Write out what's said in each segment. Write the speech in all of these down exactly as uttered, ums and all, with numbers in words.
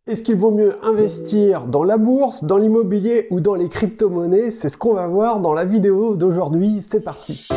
Est-ce qu'il vaut mieux investir dans la bourse, dans l'immobilier ou dans les crypto-monnaies? C'est ce qu'on va voir dans la vidéo d'aujourd'hui. C'est parti!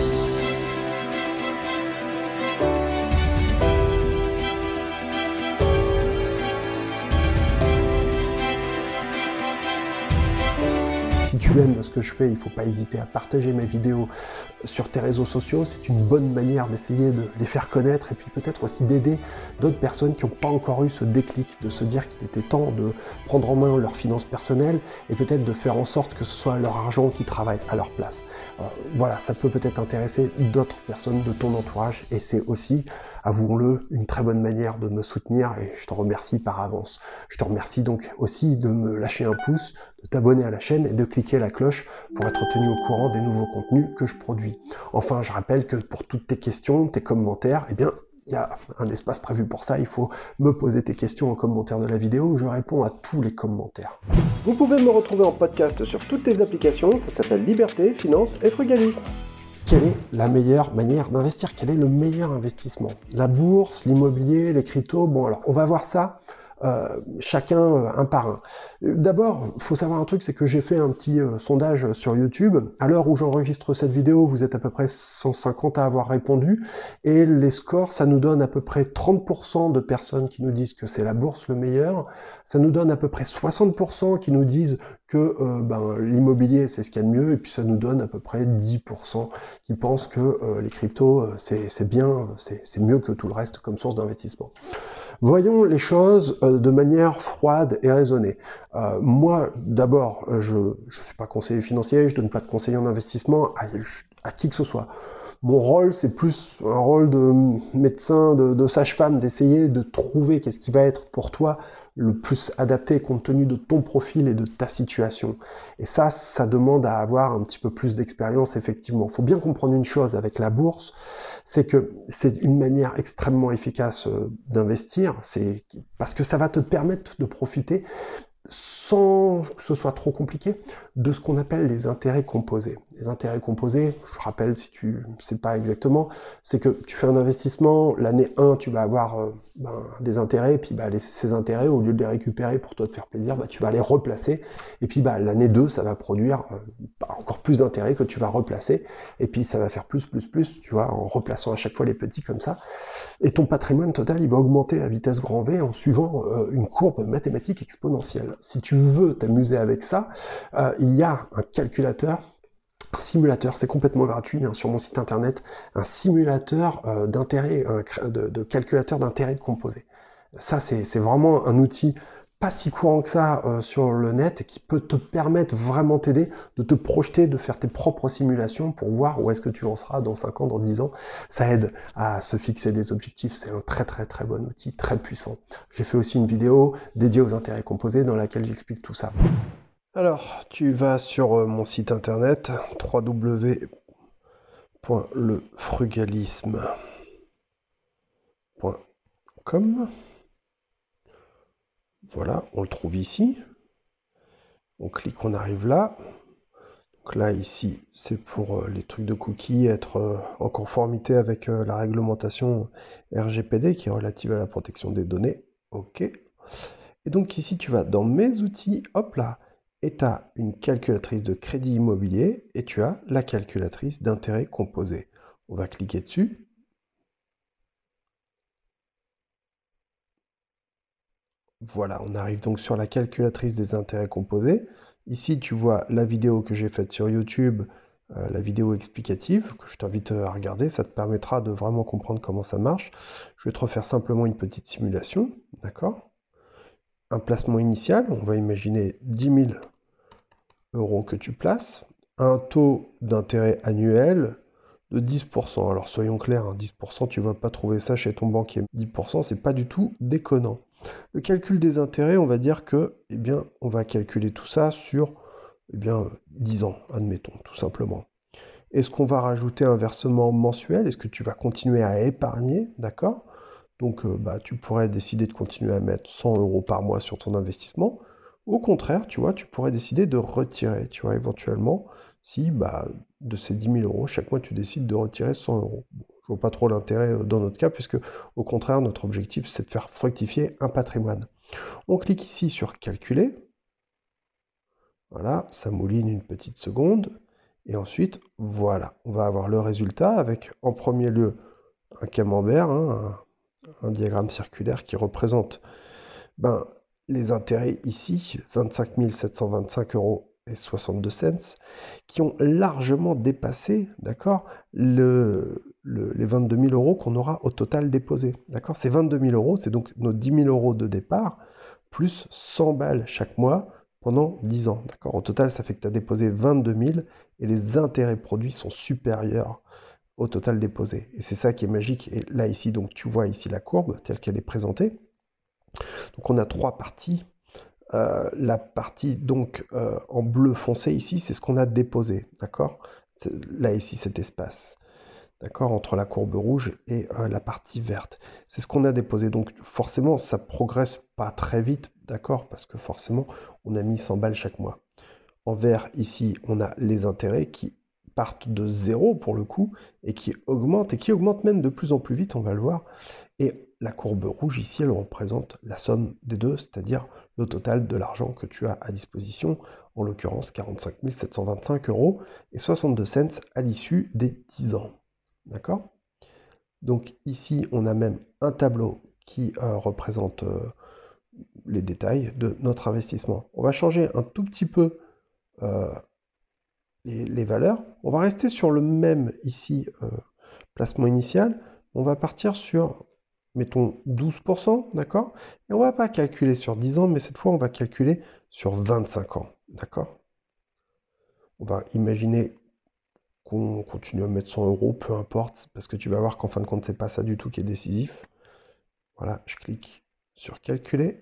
Si tu aimes ce que je fais, il ne faut pas hésiter à partager mes vidéos sur tes réseaux sociaux. C'est une bonne manière d'essayer de les faire connaître et puis peut-être aussi d'aider d'autres personnes qui n'ont pas encore eu ce déclic, de se dire qu'il était temps de prendre en main leurs finances personnelles et peut-être de faire en sorte que ce soit leur argent qui travaille à leur place. Euh, voilà, ça peut peut-être intéresser d'autres personnes de ton entourage et c'est aussi, avouons-le, une très bonne manière de me soutenir et je t'en remercie par avance. Je te remercie donc aussi de me lâcher un pouce, de t'abonner à la chaîne et de cliquer la cloche pour être tenu au courant des nouveaux contenus que je produis. Enfin, je rappelle que pour toutes tes questions, tes commentaires, eh bien, il y a un espace prévu pour ça. Il faut me poser tes questions en commentaire de la vidéo où je réponds à tous les commentaires. Vous pouvez me retrouver en podcast sur toutes les applications. Ça s'appelle Liberté, Finance et Frugalisme. Quelle est la meilleure manière d'investir? Quel est le meilleur investissement? La bourse, l'immobilier, les cryptos? Bon, alors, on va voir ça euh, chacun euh, un par un. D'abord, il faut savoir un truc, c'est que j'ai fait un petit euh, sondage sur YouTube. À l'heure où j'enregistre cette vidéo, vous êtes à peu près cent cinquante à avoir répondu. Et les scores, ça nous donne à peu près trente pour cent de personnes qui nous disent que c'est la bourse le meilleur. Ça nous donne à peu près soixante pour cent qui nous disent que euh, ben, l'immobilier, c'est ce qu'il y a de mieux. Et puis ça nous donne à peu près dix pour cent qui pensent que euh, les cryptos, euh, c'est bien, c'est mieux que tout le reste comme source d'investissement. Voyons les choses euh, de manière froide et raisonnée. Euh, moi, d'abord, je ne suis pas conseiller financier, je donne pas de conseils en investissement à, à qui que ce soit. Mon rôle, c'est plus un rôle de médecin, de, de sage-femme, d'essayer de trouver qu'est-ce qui va être pour toi le plus adapté compte tenu de ton profil et de ta situation. Et ça, ça demande à avoir un petit peu plus d'expérience, effectivement. Il faut bien comprendre une chose avec la bourse, c'est que c'est une manière extrêmement efficace d'investir, c'est parce que ça va te permettre de profiter sans que ce soit trop compliqué, de ce qu'on appelle les intérêts composés. Les intérêts composés, je rappelle si tu ne sais pas exactement, c'est que tu fais un investissement, l'année un, tu vas avoir euh, ben, des intérêts, et puis bah, les, ces intérêts, au lieu de les récupérer pour toi te faire plaisir, bah, tu vas les replacer, et puis bah, l'année deux, ça va produire euh, bah, encore plus d'intérêts que tu vas replacer, et puis ça va faire plus, plus, plus, tu vois, en replaçant à chaque fois les petits comme ça, et ton patrimoine total, il va augmenter à vitesse grand V en suivant euh, une courbe mathématique exponentielle. Si tu veux t'amuser avec ça, euh, il y a un calculateur, un simulateur, c'est complètement gratuit hein, sur mon site internet, un simulateur euh, d'intérêt, de, de calculateur d'intérêt de composés. Ça, c'est vraiment un outil pas si courant que ça euh, sur le net qui peut te permettre vraiment t'aider de te projeter, de faire tes propres simulations pour voir où est-ce que tu en seras dans cinq ans, dans dix ans. Ça aide à se fixer des objectifs. C'est un très très très bon outil, très puissant. J'ai fait aussi une vidéo dédiée aux intérêts composés dans laquelle j'explique tout ça. Alors, tu vas sur mon site internet w w w point le frugalisme point com. Voilà, on le trouve ici. On clique, on arrive là. Donc là, ici, c'est pour les trucs de cookies, être en conformité avec la réglementation R G P D qui est relative à la protection des données. OK. Et donc ici, tu vas dans mes outils, hop là, et tu as une calculatrice de crédit immobilier et tu as la calculatrice d'intérêt composé. On va cliquer dessus. Voilà, on arrive donc sur la calculatrice des intérêts composés. Ici, tu vois la vidéo que j'ai faite sur YouTube, euh, la vidéo explicative, que je t'invite à regarder. Ça te permettra de vraiment comprendre comment ça marche. Je vais te refaire simplement une petite simulation, d'accord? Un placement initial, on va imaginer dix mille euros que tu places. Un taux d'intérêt annuel de dix pour cent. Alors soyons clairs, hein, dix pour cent, tu ne vas pas trouver ça chez ton banquier. dix pour cent, c'est pas du tout déconnant. Le calcul des intérêts, on va dire que, eh bien, on va calculer tout ça sur, eh bien, dix ans, admettons, tout simplement. Est-ce qu'on va rajouter un versement mensuel? Est-ce que tu vas continuer à épargner? D'accord? Donc, euh, bah, tu pourrais décider de continuer à mettre cent euros par mois sur ton investissement. Au contraire, tu vois, tu pourrais décider de retirer, tu vois, éventuellement, si, bah, de ces dix mille euros, chaque mois, tu décides de retirer cent euros. Bon, je vois pas trop l'intérêt dans notre cas, puisque au contraire, notre objectif, c'est de faire fructifier un patrimoine. On clique ici sur Calculer. Voilà, ça mouline une petite seconde. Et ensuite, voilà, on va avoir le résultat avec, en premier lieu, un camembert, hein, un, un diagramme circulaire qui représente ben, les intérêts ici, vingt-cinq mille sept cent vingt-cinq euros et soixante-deux cents, qui ont largement dépassé, d'accord, le, le, les vingt-deux mille euros qu'on aura au total déposé, d'accord. Ces vingt-deux mille euros, c'est donc nos dix mille euros de départ, plus cent balles chaque mois pendant dix ans, d'accord. Au total, ça fait que tu as déposé vingt-deux mille et les intérêts produits sont supérieurs au total déposé. Et c'est ça qui est magique. Et là, ici, donc, tu vois ici la courbe telle qu'elle est présentée. Donc, on a trois parties. Euh, la partie donc euh, en bleu foncé ici, c'est ce qu'on a déposé, d'accord. Là ici cet espace, d'accord, entre la courbe rouge et euh, la partie verte, c'est ce qu'on a déposé. Donc forcément ça progresse pas très vite, d'accord, parce que forcément on a mis cent balles chaque mois. En vert ici on a les intérêts qui partent de zéro pour le coup et qui augmentent et qui augmentent même de plus en plus vite, on va le voir. Et la courbe rouge ici, elle représente la somme des deux, c'est-à-dire le total de l'argent que tu as à disposition, en l'occurrence quarante-cinq mille sept cent vingt-cinq euros et soixante-deux cents à l'issue des dix ans. D'accord? Donc ici, on a même un tableau qui euh, représente euh, les détails de notre investissement. On va changer un tout petit peu euh, les, les valeurs. On va rester sur le même ici, euh, placement initial. On va partir sur, mettons, douze pour cent, d'accord? Et on ne va pas calculer sur dix ans, mais cette fois, on va calculer sur vingt-cinq ans, d'accord? On va imaginer qu'on continue à mettre cent euros, peu importe, parce que tu vas voir qu'en fin de compte, c'est pas ça du tout qui est décisif. Voilà, je clique sur calculer.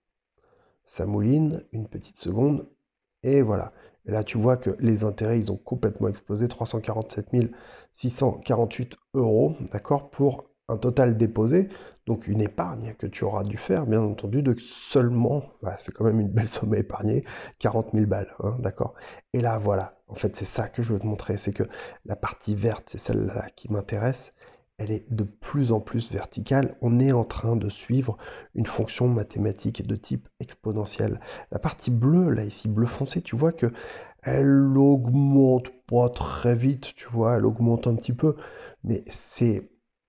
Ça mouline une petite seconde, et voilà. Et là, tu vois que les intérêts, ils ont complètement explosé, trois cent quarante-sept mille six cent quarante-huit euros, d'accord, pour un total déposé, donc une épargne que tu auras dû faire, bien entendu, de seulement, bah, c'est quand même une belle somme à épargner, quarante mille balles, hein, d'accord. Et là, voilà, en fait, c'est ça que je veux te montrer, c'est que la partie verte, c'est celle-là qui m'intéresse, elle est de plus en plus verticale. On est en train de suivre une fonction mathématique de type exponentiel. La partie bleue, là, ici, bleu foncé, tu vois que elle augmente pas très vite, tu vois, elle augmente un petit peu, mais c'est,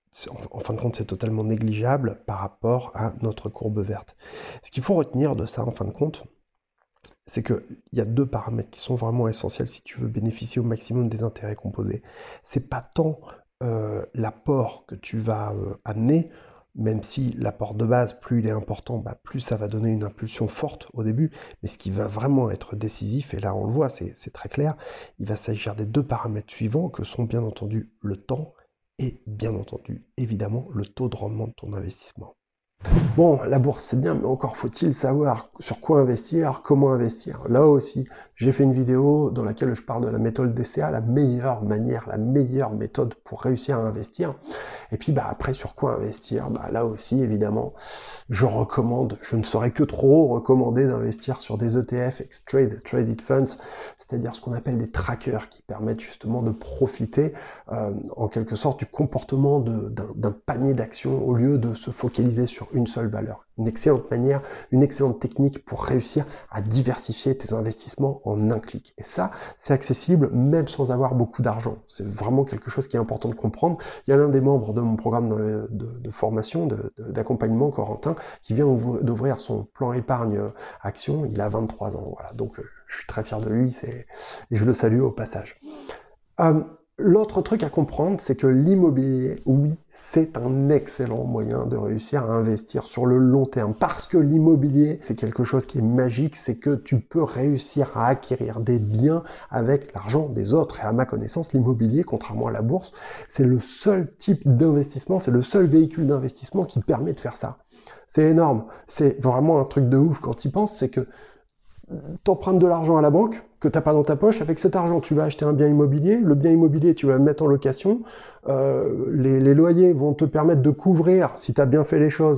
en fin de compte, c'est totalement négligeable par rapport à notre courbe verte. Ce qu'il faut retenir de ça, en fin de compte, c'est qu'il y a deux paramètres qui sont vraiment essentiels si tu veux bénéficier au maximum des intérêts composés. C'est pas tant euh, l'apport que tu vas euh, amener, même si l'apport de base, plus il est important, bah, plus ça va donner une impulsion forte au début, mais ce qui va vraiment être décisif, et là on le voit, c'est très clair, il va s'agir des deux paramètres suivants que sont bien entendu le temps et bien entendu, évidemment, le taux de rendement de ton investissement. Bon, la bourse c'est bien, mais encore faut-il savoir sur quoi investir, comment investir. Là aussi, j'ai fait une vidéo dans laquelle je parle de la méthode D C A, la meilleure manière, la meilleure méthode pour réussir à investir. Et puis bah, après, sur quoi investir, bah, là aussi, évidemment, je recommande, je ne saurais que trop recommander d'investir sur des E T F, X-Trade, Traded Funds, c'est-à-dire ce qu'on appelle des trackers qui permettent justement de profiter euh, en quelque sorte du comportement d'un panier d'actions au lieu de se focaliser sur une seule valeur. Une excellente manière, une excellente technique pour réussir à diversifier tes investissements en un clic. Et ça, c'est accessible même sans avoir beaucoup d'argent. C'est vraiment quelque chose qui est important de comprendre. Il y a l'un des membres de mon programme de, de, de formation, d'accompagnement, Corentin, qui vient d'ouvrir son plan épargne action. Il a vingt-trois ans. Voilà. Donc, je suis très fier de lui et je le salue au passage. Euh, L'autre truc à comprendre, c'est que l'immobilier, oui, c'est un excellent moyen de réussir à investir sur le long terme. Parce que l'immobilier, c'est quelque chose qui est magique, c'est que tu peux réussir à acquérir des biens avec l'argent des autres. Et à ma connaissance, l'immobilier, contrairement à la bourse, c'est le seul type d'investissement, c'est le seul véhicule d'investissement qui permet de faire ça. C'est énorme. C'est vraiment un truc de ouf quand tu y penses, c'est que t'empruntes de l'argent à la banque, que tu n'as pas dans ta poche, avec cet argent, tu vas acheter un bien immobilier, le bien immobilier, tu vas le mettre en location, euh, les, les loyers vont te permettre de couvrir, si tu as bien fait les choses,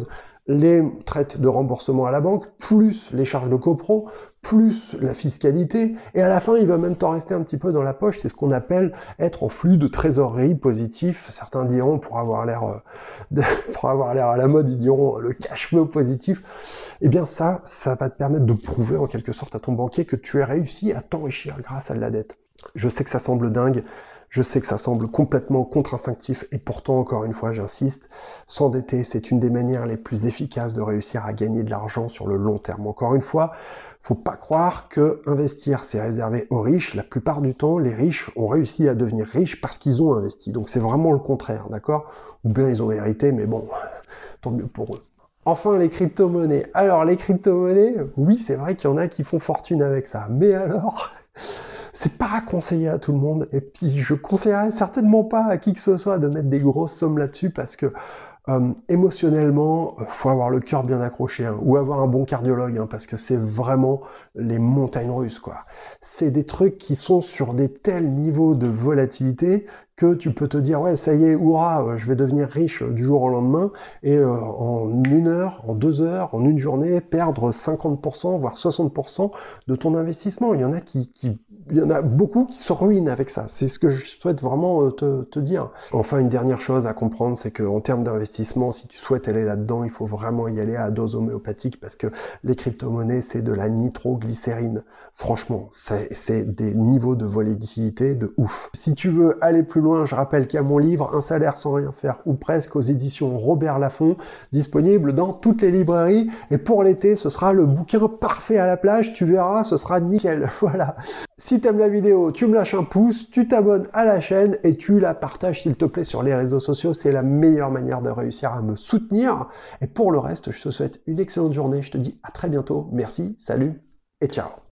les traites de remboursement à la banque, plus les charges de copro, plus la fiscalité, et à la fin, il va même t'en rester un petit peu dans la poche. C'est ce qu'on appelle être en flux de trésorerie positif. Certains diront, pour avoir l'air euh, pour avoir l'air à la mode, ils diront le cash flow positif. Eh bien ça, ça va te permettre de prouver en quelque sorte à ton banquier que tu as réussi à t'enrichir grâce à de la dette. Je sais que ça semble dingue, je sais que ça semble complètement contre-instinctif, et pourtant, encore une fois, j'insiste, s'endetter, c'est une des manières les plus efficaces de réussir à gagner de l'argent sur le long terme. Encore une fois, faut pas croire que investir, c'est réservé aux riches. La plupart du temps, les riches ont réussi à devenir riches parce qu'ils ont investi. Donc c'est vraiment le contraire, d'accord? Ou bien ils ont hérité, mais bon, tant mieux pour eux. Enfin, les crypto-monnaies. Alors, les crypto-monnaies, oui, c'est vrai qu'il y en a qui font fortune avec ça. Mais alors, c'est pas à conseiller à tout le monde. Et puis, je conseillerais certainement pas à qui que ce soit de mettre des grosses sommes là-dessus parce que euh, émotionnellement, faut avoir le cœur bien accroché, hein, ou avoir un bon cardiologue, hein, parce que c'est vraiment les montagnes russes, quoi. C'est des trucs qui sont sur des tels niveaux de volatilité que tu peux te dire, ouais, ça y est, hurrah, je vais devenir riche du jour au lendemain, et euh, en une heure, en deux heures, en une journée, perdre cinquante pour cent, voire soixante pour cent de ton investissement. Il y en a qui, qui il y en a beaucoup qui se ruinent avec ça. C'est ce que je souhaite vraiment te, te dire. Enfin, une dernière chose à comprendre, c'est qu'en termes d'investissement, si tu souhaites aller là-dedans, il faut vraiment y aller à dose homéopathique parce que les crypto-monnaies, c'est de la nitroglycérine. Franchement, c'est des niveaux de volatilité de ouf. Si tu veux aller plus loin, je rappelle qu'il y a mon livre « Un salaire sans rien faire » ou presque aux éditions Robert Laffont, disponible dans toutes les librairies. Et pour l'été, ce sera le bouquin parfait à la plage. Tu verras, ce sera nickel. Voilà. Si tu aimes la vidéo, tu me lâches un pouce, tu t'abonnes à la chaîne et tu la partages s'il te plaît sur les réseaux sociaux. C'est la meilleure manière de réussir à me soutenir. Et pour le reste, je te souhaite une excellente journée. Je te dis à très bientôt. Merci, salut et ciao.